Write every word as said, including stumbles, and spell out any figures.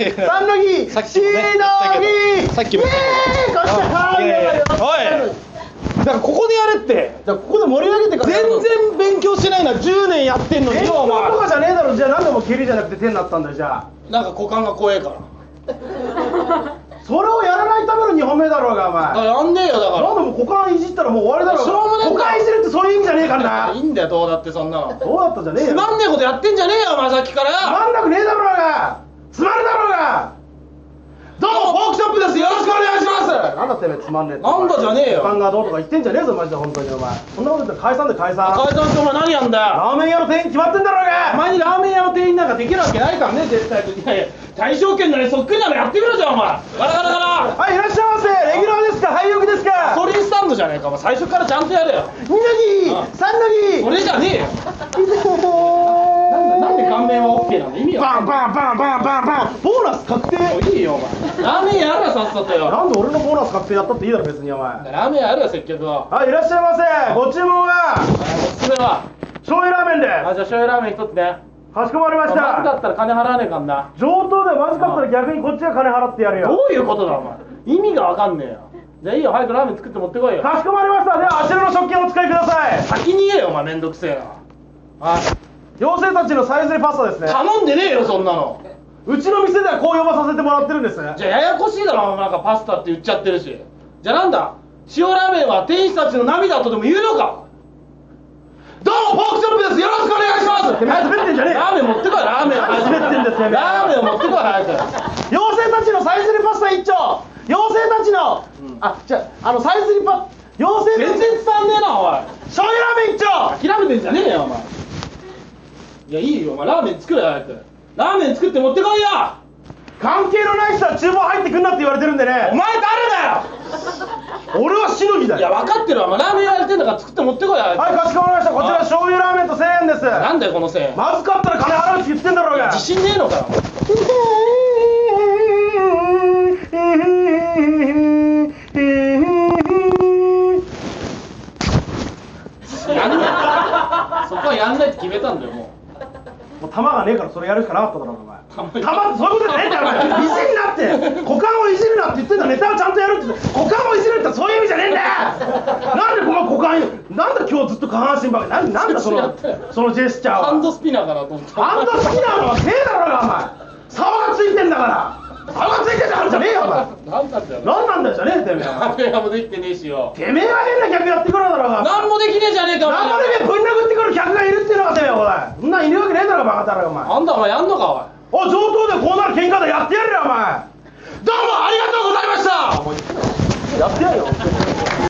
三の木、 さっきもね言ったけど、さっきも言ったけど、おい、だからここでやれって。 じゃあここで盛り上げてから全然勉強してないな。じゅうねんやってんのによ。お前とかじゃねえだろ。じゃあなんでも蹴りじゃなくて手になったんだよ。じゃあなんか股間が怖えから。 それをやらないためのにほんめだろうがお前。 あ、やんねえよだから。 なんでも股間いじったらもう終わりだろうが。 しょうもねえんだ。 股間いじるってそういう意味じゃねえからな。 いいんだよどうだってそんなの。 どうだったじゃねえよ。 つまんねえことやってんじゃねえよお前さっきからよ。 つまんなくねえだろうが。つまるだろうが。どうもフォークショップです。よろしくお願いします。なんだてめえつまんねえって。 なんだじゃねえよ。 股間がどうとか言ってんじゃねえぞマジで本当にお前。そんなこと言ったら解散で解散。 解散してお前何やんだよ。 ラーメン屋の店員決まってんだろうが。 お前にラーメン屋の店員なんかできるわけないからね絶対。いやいや大正圏なりそっくりなのやってみろじゃんお前。ガラガラガラ。 はいいらっしゃいませ。レギュラーですか廃屋ですか。 ガソリンスタンドじゃねえかお前。最初からちゃんとやれよ。 二の木三の木。 それじゃねえよ。なんで顔面は オーケー なの意味は。 バンバンバンバンバンバン。ボーナス確定。 いいよお前。ラーメンやるわさっさとよ。 なんで俺のボーナス確定やったっていいだろ別にお前。 ラーメンやるわ接客は。 はいいらっしゃいませ。ご注文はおすすめは醤油ラーメンで。 あ、じゃあ醤油ラーメン一つね。 かしこまりましマジだた。 ったら金払わねえかんな。 上等でマジかったら逆にこっちが金払ってやるよ。 どういうことだお前。意味がわかんねえよ。じゃあいいよ早くラーメン作って持ってこいよ。 かしこまりました。ではあちらの食器をお使いください。 先に言えよお前めんどくせえな。はい。 妖精たちのさえずりパスタですね。 頼んでねえよそんなの。 うちの店ではこう呼ばさせてもらってるんです。 じゃあややこしいだろなんかパスタって言っちゃってるし。じゃあなんだ塩ラーメンは店員たちの涙とでも言うのか。どうもフォークショップです。よろしくお願いします。 てめえ滑ってんじゃねえよ。 ラーメン持ってこいラーメン。 滑ってんですよ。 ラーメンを持ってこい早く。 妖精たちのさえずりパスタ一丁。妖精たちの、うん、あじゃああのさえずりパ妖精全然伝わんねえなおい。 醤油ラーメン一丁。 諦めてんじゃねえよお前。いやいいよお前ラーメン作れ早く。ラーメン作って持ってこいよ。 関係のない人は厨房入ってくんなって言われてるんでね。 お前誰だよ。 俺はしのぎだよ。 いや分かってるわ。お前ラーメン屋やってんだから作って持ってこいよ。 はいかしこまりました。こちら醤油ラーメンとせんえんです。 なんだよこのせんえん。 まずかったら金払うって言ってんだろうが。自信ねえのかよ。やんない。そこはやんないって決めたんだよもう。 もう玉がねえからそれやるしかなかっただろうお前。玉ってそういうことじゃねえんだよお前。いじるなって股間をいじるなって言ってんだ。ネタをちゃんとやるって言って股間をいじるってそういう意味じゃねえんだよ。なんでこの股間なんだ今日ずっと下半身ばっかり。なんだそのそのジェスチャーは。 ハンドスピナーかなと思った。 ハンドスピナーのはせえだろうがお前。竿がついてんだから。竿がついてんだからじゃねえよお前。 なんなんだよ。 なんなんだよじゃねえてめえ。 ラーメン屋もできてねえしよ。 てめえは変な客やってくるだろうが。 なんもできねえじゃねえかお前。 なんもできねえぶん殴ってくる客がいるっていうのがてめえおい。そんなんいるわけねえだろバカだろお前。 あんたお前やんのかおい。 お上等でこうなる喧嘩だやってやるよお前。どうもありがとうございました。やってやるよ。